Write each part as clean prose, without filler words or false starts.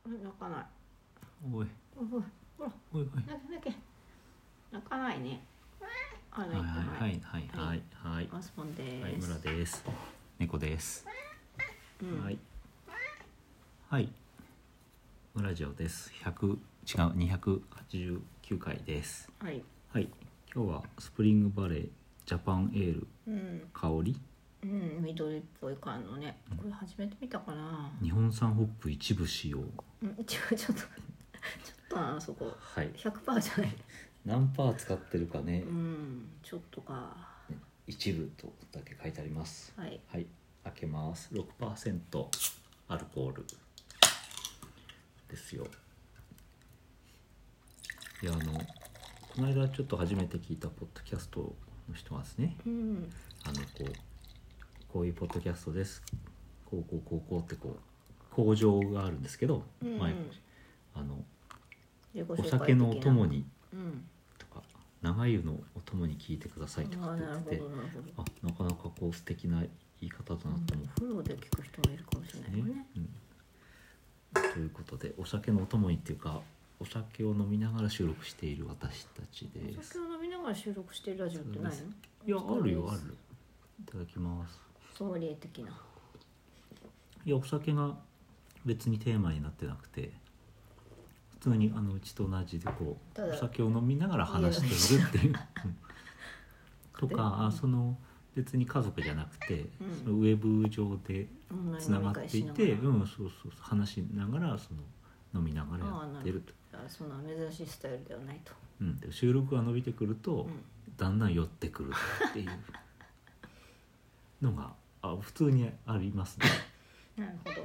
泣かない。 おいおいほらおいおい。 泣かないね。 はいはいはいはいはい。 マスポンです。 はい、村です。猫です。 うん、 はいはい。村ジオです。289回です。 はいはい。今日はスプリングバレージャパンエール、香り、 緑っぽい缶のね、これ初めて見たかな。 日本産ホップ一部使用。 一応ちょっとな、そこ、 はい。 100% じゃない。 何パー使ってるかね、 ちょっとか。 一部とだけ書いてあります。 はいはい。開けます。6% アルコールですよ。いや、この間ちょっと初めて聞いたポッドキャストの人がですね、こういうポッドキャストです、こうって工場があるんですけど、お酒のお供にとか、長湯のお供に聞いてくださいとかって言ってて、なかなか素敵な言い方だなと思う。 風呂で聞く人もいるかもしれないね。 ということで、お酒のお供にっていうか、お酒を飲みながら収録している私たちです。 お酒を飲みながら収録しているラジオってないの？ いや、あるよ、ある。いただきます。 ソムリエ的な。 いや、お酒が別にテーマになってなくて、普通にうちと同じでお酒を飲みながら話しているっていうとか、別に家族じゃなくて、そのウェブ上でつながっていて、話しながら飲みながらやってると。 そんな珍しいスタイルではないと。 で収録が伸びてくると、だんだん寄ってくるっていうのが普通にありますね。 なるほど。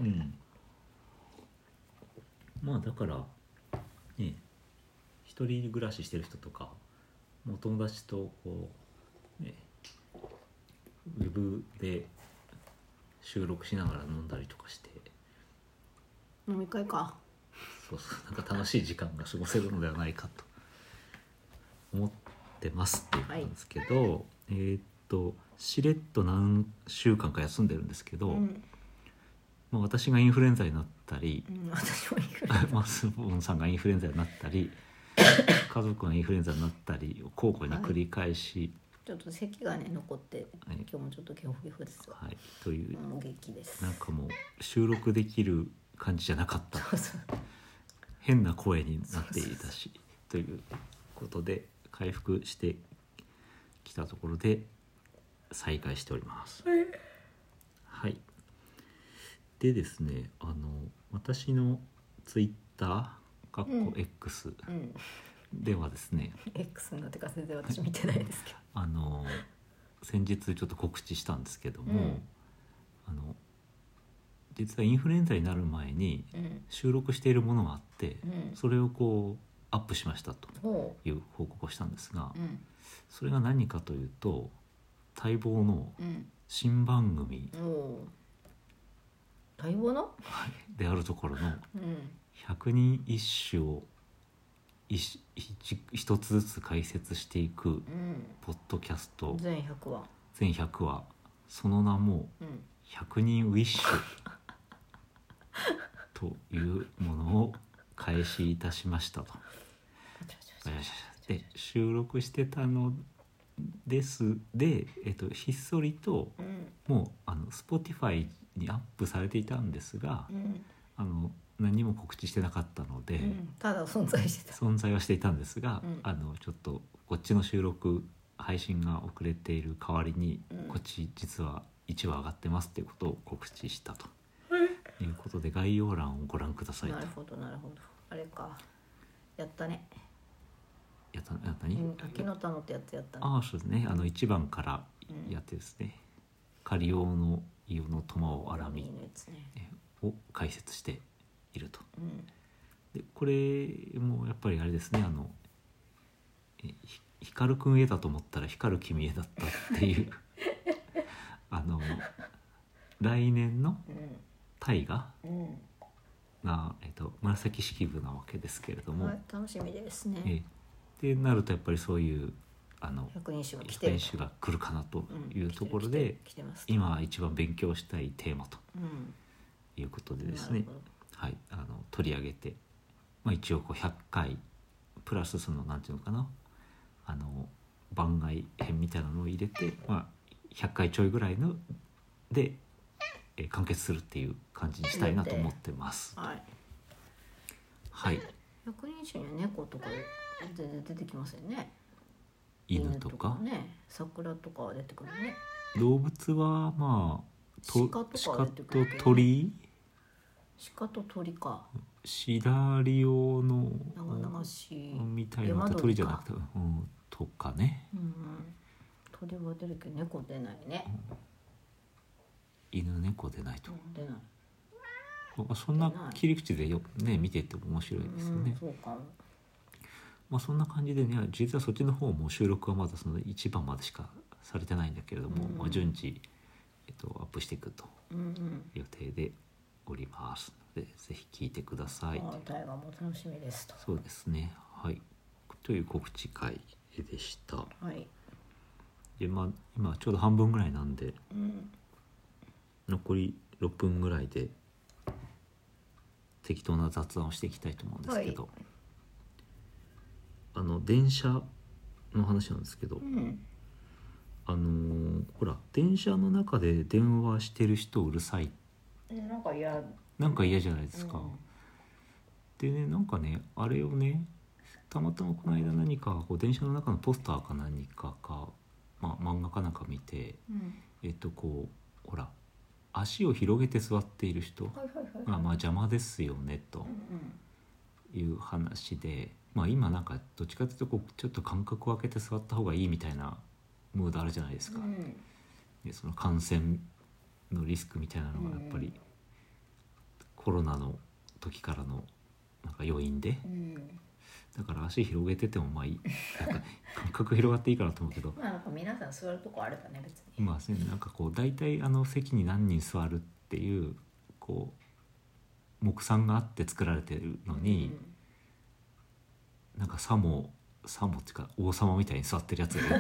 まあだからね、一人暮らししてる人とか、お友達とウェブで収録しながら飲んだりとかして、 飲み会か。 なんか楽しい時間が過ごせるのではないかと思ってますっていうことなんですけど、しれっと何週間か休んでるんですけど、私がインフルエンザになったり、 私もインフルエンザマスボンさんがインフルエンザになったり家族がインフルエンザになったりを交互に繰り返し、 ちょっと咳がね残って、今日もちょっとゲホゲホですよ。 という元気です。 なんかもう収録できる感じじゃなかった。変な声になっていたし、ということで回復してきたところで再開しております。はい。でですね、私のツイッターX ではですね、 X になってから全然私見てないですけど、 先日ちょっと告知したんですけども、実はインフルエンザになる前に収録しているものがあって、それをアップしましたという報告をしたんですが、それが何かというと、待望の新番組、 待望のであるところの100人一首を一つずつ解説していくポッドキャスト、 全100 話、その名も100人ウィッシュというものを開始いたしましたと。で収録してたのですで、ひっそりと、もうSpotify にアップされていたんですが、何も告知してなかったので、 ただ存在はしていたんですが、ちょっとこっちの収録配信が遅れている代わりに、こっち実は1話上がってますっていうことを告知したということで、概要欄をご覧くださいと。 なるほど。あれか、やったね。 やったね。 秋の田のってやつやったね。 そうですね。1番からやってですね、仮用の伊予の苫を荒みを解説していると。でこれもやっぱりあれですね、光くん絵だと思ったら光る君絵だったっていう来年の大河が、紫式部なわけですけれども、 楽しみですね。 でなるとやっぱりそういう百人一首が来るかなというところで、今一番勉強したいテーマということでですね、 取り上げて、一応こう100回プラスそのなんていうのかな番外編みたいなのを入れて、100回ちょいぐらいので、完結するっていう感じにしたいなと思ってます。 はい、 はい、 百人一首には猫とか全然出てきませんね。 犬とかね、桜とかは出てくるね。 動物は鹿とかは出てくるけどね。 鳥、 鹿と鳥か。 シラリオの長々しいみたいな鳥じゃなくて、とかね、 鳥は出るけど猫出ないね。 犬猫出ないと、 出ない。 そんな切り口で見てって面白いですね。 そうかも。 そんな感じでね、実はそっちの方も収録はまだその1番までしかされてないんだけれども、順次、アップしていくと予定でおりますので、ぜひ聞いてください。 大河も楽しみですと。 そうですね、はい、という告知会でした。 はい。 で今ちょうど半分ぐらいなんで、残り6分ぐらいで適当な雑談をしていきたいと思うんですけど、電車の話なんですけど、ほら電車の中で電話してる人うるさい、なんか嫌じゃないですか。でね、あれをね、たまたまこの間何かこう電車の中のポスターか何かか、漫画かなんか見て、こうほら足を広げて座っている人が邪魔ですよねという話で、今どっちかというとちょっと間隔を空けて座った方がいいみたいなムードあるじゃないですか。でその感染のリスクみたいなのがやっぱりコロナの時からの要因で、だから足広げてても感覚広がっていいかなと思うけど、 皆さん座るとこあればね別に。 大体席に何人座るっていう目算があって作られてるのに、さもっていうか王様みたいに座ってるやつがいる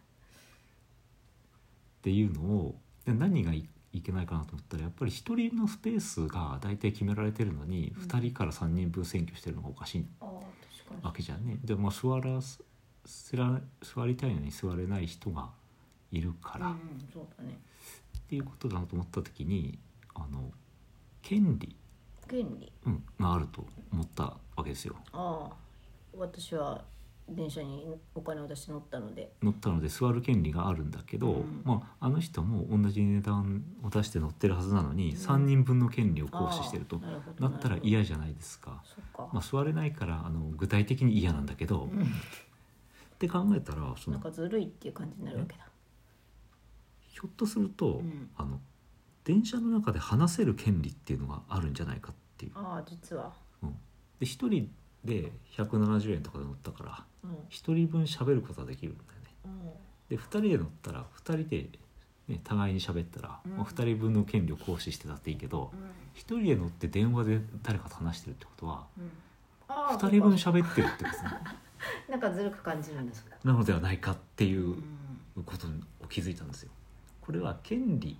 っていうのを、何がいけないかなと思ったら、やっぱり1人のスペースが大体決められてるのに、2人から3人分占拠してるのがおかしいわけじゃんね。で座りたいのに座れない人がいるから、 そうだね、 っていうことだなと思った時に権利があると思ったわけですよ。 私は電車にお金を出して乗ったので座る権利があるんだけど、あの人も同じ値段を出して乗ってるはずなのに、3人分の権利を行使してるとなったら嫌じゃないですか。座れないから具体的に嫌なんだけど、って考えたらずるいっていう感じになるわけだ。 ひょっとすると、電車の中で話せる権利っていうのがあるんじゃないかっていう。 実は、 で1人で170円とかで乗ったから、1人分喋ることができるんだよね。で2人で乗ったら2人で、互いに喋ったら、2人分の権利を行使してたっていいけど、1人で乗って電話で誰かと話してるってことは、2人分喋ってるってことですね。 ずるく感じるんですか。 なのではないかっていうことを気づいたんですよ。これは権利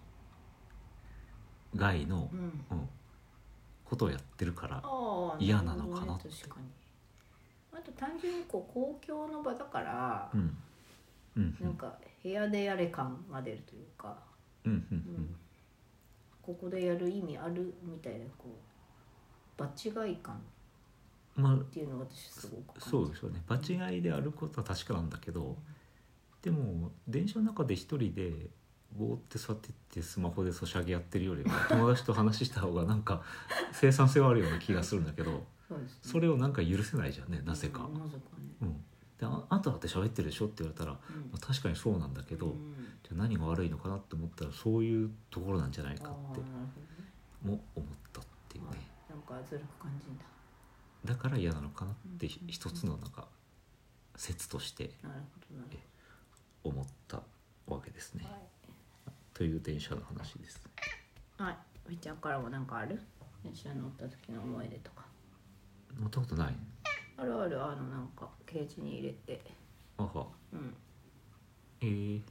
外の、ことをやってるから嫌なのかなって。 確かに。あと単純に公共の場だから、部屋でやれ感が出るというか、ここでやる意味あるみたいな場違い感っていうのが私すごく感じる。 そうですよね。場違いであることは確かなんだけど、でも電車の中で一人でぼーって座ってってスマホでソシャゲやってるよりは友達と話した方が生産性はあるような気がするんだけどそれを許せないじゃんね、なぜか。であんただって喋ってるでしょって言われたら、確かにそうなんだけど、じゃあ何が悪いのかなって思ったらそういうところなんじゃないかっても思ったっていうね。 ずるく感じんだ。 だから嫌なのかなって一つの説として思ったわけですね。という電車の話です。 はい。みーちゃんからもある？電車に乗った時の思い出とか。 乗ったことない？ あるある。ケージに入れて。 乗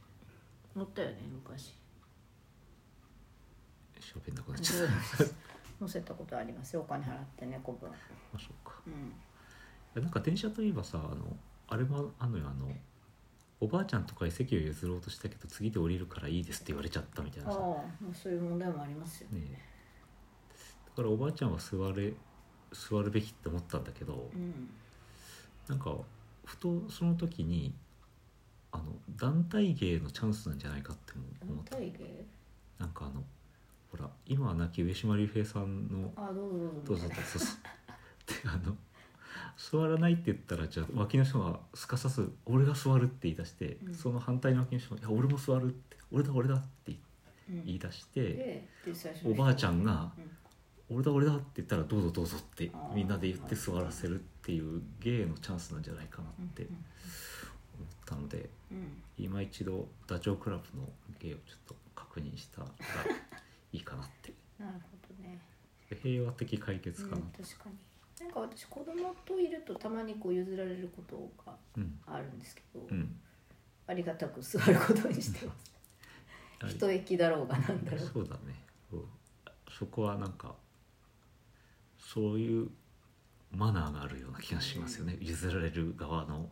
ったよね昔。 しゃべんなくなっちゃった乗せたことありますよ、お金払って猫分。 あ、そうか。 うん、 なんか電車といえばさ、あれもあのよ、おばあちゃんとかに席を譲ろうとしたけど次で降りるからいいですって言われちゃったみたいなさ、 そういう問題もありますよね。 だからおばあちゃんは座るべきって思ったんだけど、なんかふとその時に団体芸のチャンスなんじゃないかって思った。 団体芸？ なんかほら今は亡き上島竜兵さんのどうぞで座らないって言ったら、じゃあ脇の人がすかさず俺が座るって言い出して、その反対の脇の人がいや俺も座るって、俺だって言い出して、おばあちゃんが、俺だって言ったらどうぞってみんなで言って座らせるっていう芸のチャンスなんじゃないかなって思ったので、今一度ダチョウ倶楽部の芸をちょっと確認したらいいかなってなるほどね。 平和的解決かな、 確かに。なんか私子供といるとたまにこう譲られることがあるんですけど、ありがたく座ることにしてます。一駅だろうがなんだろう。 そうだね。そこはなんかそういうマナーがあるような気がしますよね、譲られる側の。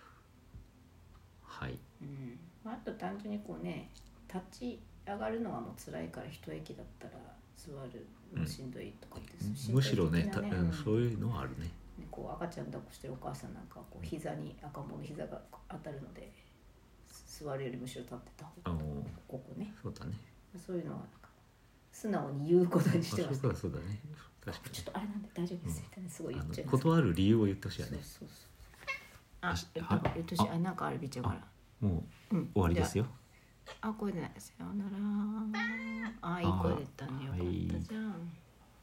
はい、 あと単純にこうね、立ち上がるのはもう辛いから一駅だったら座るのしんどいとかって、 むしろね、そういうのはあるね。 こう赤ちゃん抱っこしてるお母さんなんかこう膝に赤ん坊の膝が当たるので座るよりむしろ立ってた方がここね。 そうだね。 そういうのはなんか素直に言うことにしてます。 そうだね。確かに。 ちょっとあれなんで大丈夫ですみたいなすごい言っちゃいます。 断る理由を言ってほしいよね。 言ってほしい。なんかあれ見ちゃうから。 もう終わりですよ。 これでないですよ。さよなら。いい声出たね。よかったじゃん。